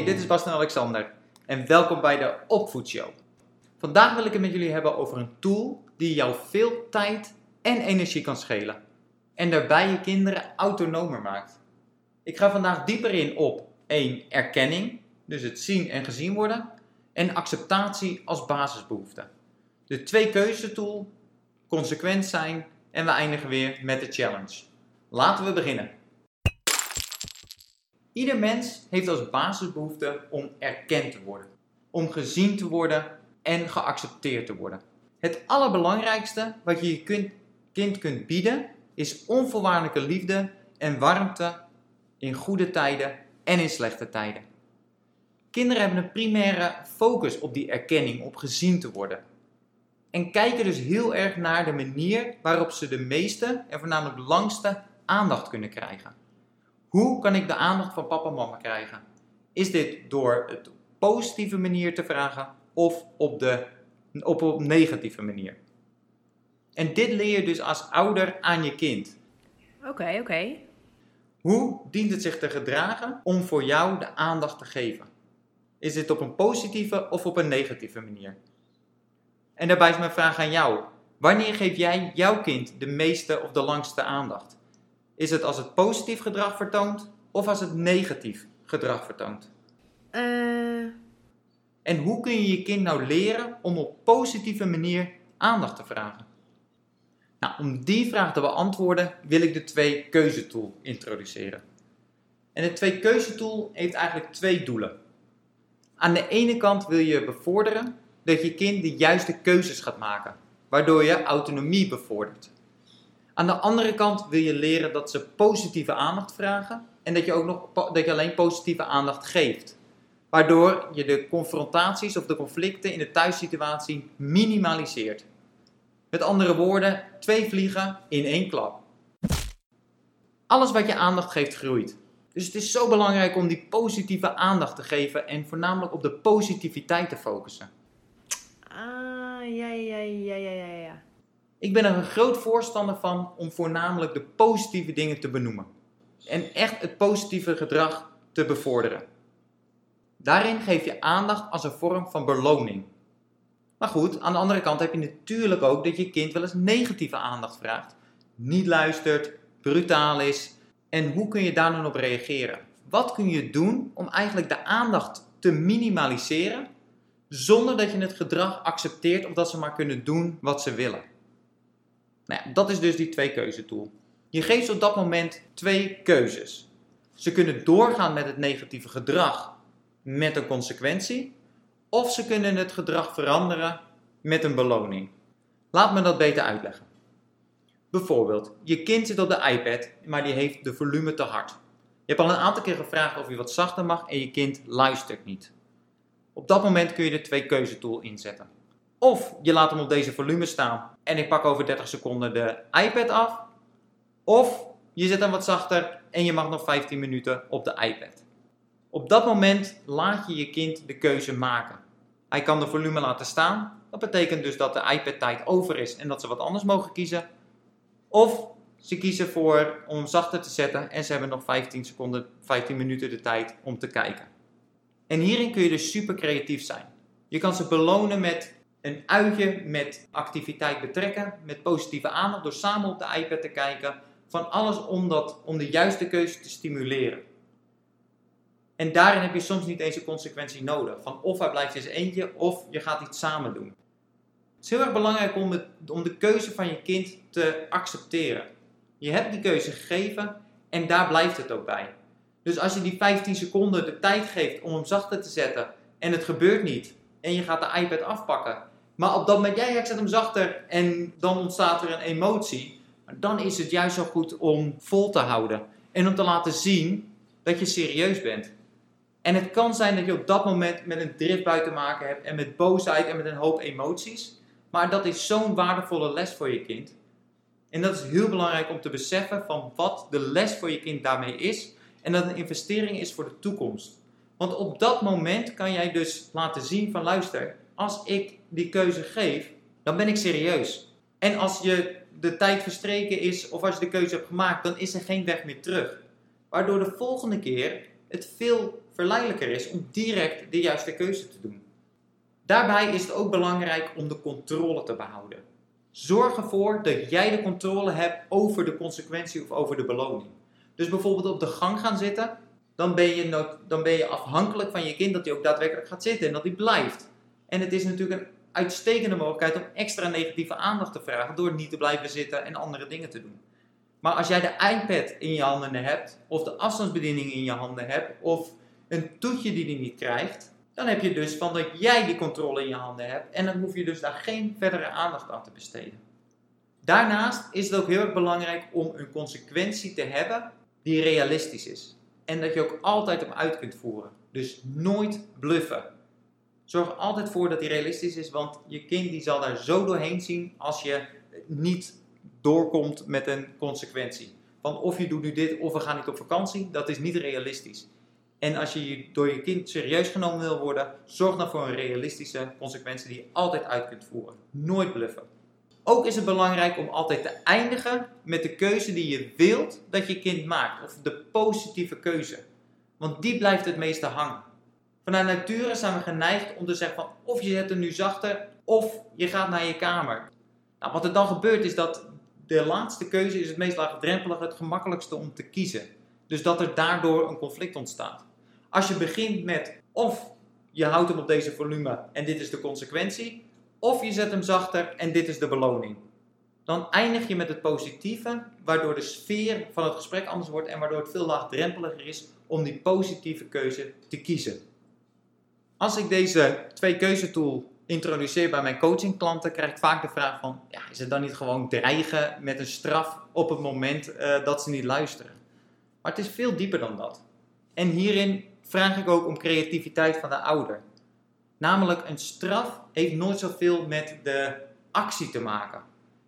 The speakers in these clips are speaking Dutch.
dit is Bas en Alexander en welkom bij de Opvoedshow. Vandaag wil ik het met jullie hebben over een tool die jou veel tijd en energie kan schelen. En daarbij je kinderen autonomer maakt. Ik ga vandaag dieper in op 1. Erkenning, dus het zien en gezien worden. En acceptatie als basisbehoefte. De 2 keuzetool, consequent zijn en we eindigen weer met de challenge. Laten we beginnen. Ieder mens heeft als basisbehoefte om erkend te worden, om gezien te worden en geaccepteerd te worden. Het allerbelangrijkste wat je je kind kunt bieden is onvoorwaardelijke liefde en warmte in goede tijden en in slechte tijden. Kinderen hebben een primaire focus op die erkenning, op gezien te worden. En kijken dus heel erg naar de manier waarop ze de meeste en voornamelijk langste aandacht kunnen krijgen. Hoe kan ik de aandacht van papa en mama krijgen? Is dit door het op positieve manier te vragen of op een negatieve manier? En dit leer je dus als ouder aan je kind. Oké. Hoe dient het zich te gedragen om voor jou de aandacht te geven? Is dit op een positieve of op een negatieve manier? En daarbij is mijn vraag aan jou. Wanneer geef jij jouw kind de meeste of de langste aandacht? Is het als het positief gedrag vertoont of als het negatief gedrag vertoont? En hoe kun je je kind nou leren om op positieve manier aandacht te vragen? Nou, om die vraag te beantwoorden wil ik de 2 keuzetool introduceren. En de 2 keuzetool heeft eigenlijk 2 doelen. Aan de ene kant wil je bevorderen dat je kind de juiste keuzes gaat maken, waardoor je autonomie bevordert. Aan de andere kant wil je leren dat ze positieve aandacht vragen en dat je alleen positieve aandacht geeft. Waardoor je de confrontaties of de conflicten in de thuissituatie minimaliseert. Met andere woorden, 2 vliegen in 1 klap. Alles wat je aandacht geeft groeit. Dus het is zo belangrijk om die positieve aandacht te geven en voornamelijk op de positiviteit te focussen. Ja. Ik ben er een groot voorstander van om voornamelijk de positieve dingen te benoemen. En echt het positieve gedrag te bevorderen. Daarin geef je aandacht als een vorm van beloning. Maar goed, aan de andere kant heb je natuurlijk ook dat je kind wel eens negatieve aandacht vraagt. Niet luistert, brutaal is. En hoe kun je daar dan op reageren? Wat kun je doen om eigenlijk de aandacht te minimaliseren zonder dat je het gedrag accepteert of dat ze maar kunnen doen wat ze willen? Nou ja, dat is dus die 2 keuzetool. Je geeft ze op dat moment 2 keuzes. Ze kunnen doorgaan met het negatieve gedrag met een consequentie, of ze kunnen het gedrag veranderen met een beloning. Laat me dat beter uitleggen. Bijvoorbeeld, je kind zit op de iPad, maar die heeft de volume te hard. Je hebt al een aantal keer gevraagd of hij wat zachter mag en je kind luistert niet. Op dat moment kun je de 2 keuzetool inzetten. Of je laat hem op deze volume staan en ik pak over 30 seconden de iPad af. Of je zet hem wat zachter en je mag nog 15 minuten op de iPad. Op dat moment laat je je kind de keuze maken. Hij kan de volume laten staan. Dat betekent dus dat de iPad-tijd over is en dat ze wat anders mogen kiezen. Of ze kiezen voor om hem zachter te zetten en ze hebben nog 15 minuten de tijd om te kijken. En hierin kun je dus super creatief zijn. Je kan ze belonen met een uitje, met activiteit betrekken, met positieve aandacht door samen op de iPad te kijken. Van alles om de juiste keuze te stimuleren. En daarin heb je soms niet eens een consequentie nodig. Van of hij blijft in zijn eentje of je gaat iets samen doen. Het is heel erg belangrijk om de keuze van je kind te accepteren. Je hebt die keuze gegeven en daar blijft het ook bij. Dus als je die 15 seconden de tijd geeft om hem zachter te zetten en het gebeurt niet en je gaat de iPad afpakken, maar op dat moment, ik zet hem zachter en dan ontstaat er een emotie, dan is het juist zo goed om vol te houden en om te laten zien dat je serieus bent. En het kan zijn dat je op dat moment met een driftbui te maken hebt en met boosheid en met een hoop emoties, maar dat is zo'n waardevolle les voor je kind. En dat is heel belangrijk om te beseffen van wat de les voor je kind daarmee is en dat het een investering is voor de toekomst. Want op dat moment kan jij dus laten zien van luister, als ik die keuze geef, dan ben ik serieus. En als je de tijd verstreken is of als je de keuze hebt gemaakt, dan is er geen weg meer terug. Waardoor de volgende keer het veel verleidelijker is om direct de juiste keuze te doen. Daarbij is het ook belangrijk om de controle te behouden. Zorg ervoor dat jij de controle hebt over de consequentie of over de beloning. Dus bijvoorbeeld op de gang gaan zitten, dan ben je afhankelijk van je kind dat hij ook daadwerkelijk gaat zitten en dat hij blijft. En het is natuurlijk een uitstekende mogelijkheid om extra negatieve aandacht te vragen door niet te blijven zitten en andere dingen te doen. Maar als jij de iPad in je handen hebt, of de afstandsbediening in je handen hebt, of een toetje die hij niet krijgt, dan heb je dus van dat jij die controle in je handen hebt en dan hoef je dus daar geen verdere aandacht aan te besteden. Daarnaast is het ook heel erg belangrijk om een consequentie te hebben die realistisch is. En dat je ook altijd hem uit kunt voeren. Dus nooit bluffen. Zorg er altijd voor dat die realistisch is, want je kind die zal daar zo doorheen zien als je niet doorkomt met een consequentie. Van of je doet nu dit of we gaan niet op vakantie, dat is niet realistisch. En als je door je kind serieus genomen wil worden, zorg dan voor een realistische consequentie die je altijd uit kunt voeren. Nooit bluffen. Ook is het belangrijk om altijd te eindigen met de keuze die je wilt dat je kind maakt. Of de positieve keuze. Want die blijft het meeste hangen. Vanuit nature zijn we geneigd om te zeggen van of je zet hem nu zachter of je gaat naar je kamer. Nou, wat er dan gebeurt is dat de laatste keuze is het meest laagdrempelig, het gemakkelijkste om te kiezen. Dus dat er daardoor een conflict ontstaat. Als je begint met of je houdt hem op deze volume en dit is de consequentie, of je zet hem zachter en dit is de beloning. Dan eindig je met het positieve, waardoor de sfeer van het gesprek anders wordt en waardoor het veel laagdrempeliger is om die positieve keuze te kiezen. Als ik deze 2-keuzetool introduceer bij mijn coachingklanten, krijg ik vaak de vraag van, ja, is het dan niet gewoon dreigen met een straf op het moment dat ze niet luisteren? Maar het is veel dieper dan dat. En hierin vraag ik ook om creativiteit van de ouder. Namelijk, een straf heeft nooit zoveel met de actie te maken.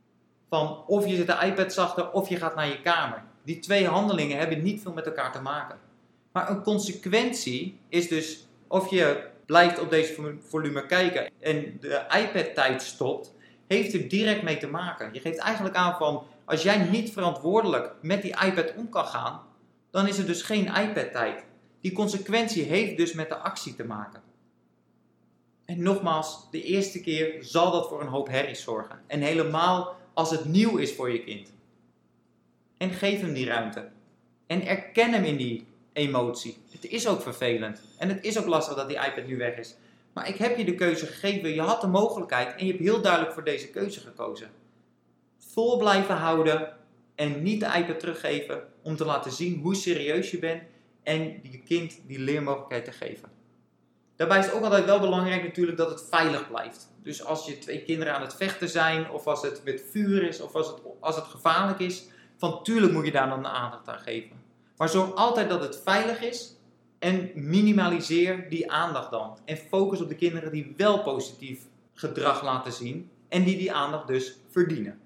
Van of je zet de iPad zachter of je gaat naar je kamer. Die 2 handelingen hebben niet veel met elkaar te maken. Maar een consequentie is dus of je blijft op deze volume kijken en de iPad-tijd stopt, heeft er direct mee te maken. Je geeft eigenlijk aan van, als jij niet verantwoordelijk met die iPad om kan gaan, dan is er dus geen iPad-tijd. Die consequentie heeft dus met de actie te maken. En nogmaals, de eerste keer zal dat voor een hoop herrie zorgen. En helemaal als het nieuw is voor je kind. En geef hem die ruimte. En erken hem in die emotie. Het is ook vervelend. En het is ook lastig dat die iPad nu weg is. Maar ik heb je de keuze gegeven. Je had de mogelijkheid. En je hebt heel duidelijk voor deze keuze gekozen. Vol blijven houden. En niet de iPad teruggeven. Om te laten zien hoe serieus je bent. En je kind die leermogelijkheid te geven. Daarbij is het ook altijd wel belangrijk natuurlijk dat het veilig blijft. Dus als je 2 kinderen aan het vechten zijn, of als het met vuur is, of als het gevaarlijk is, van tuurlijk moet je daar dan aandacht aan geven. Maar zorg altijd dat het veilig is en minimaliseer die aandacht dan. En focus op de kinderen die wel positief gedrag laten zien en die aandacht dus verdienen.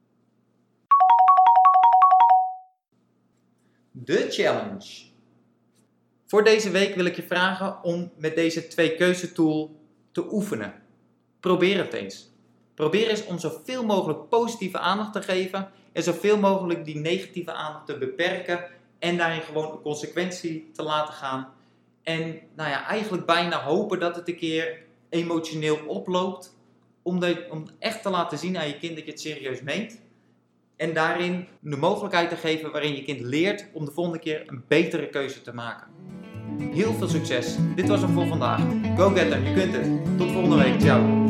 De challenge. Voor deze week wil ik je vragen om met deze 2-keuzetool te oefenen. Probeer het eens. Probeer eens om zoveel mogelijk positieve aandacht te geven en zoveel mogelijk die negatieve aandacht te beperken en daarin gewoon een consequentie te laten gaan. En eigenlijk bijna hopen dat het een keer emotioneel oploopt om echt te laten zien aan je kind dat je het serieus meent. En daarin de mogelijkheid te geven waarin je kind leert om de volgende keer een betere keuze te maken. Heel veel succes. Dit was hem voor vandaag. Go get them, je kunt het. Tot volgende week. Ciao.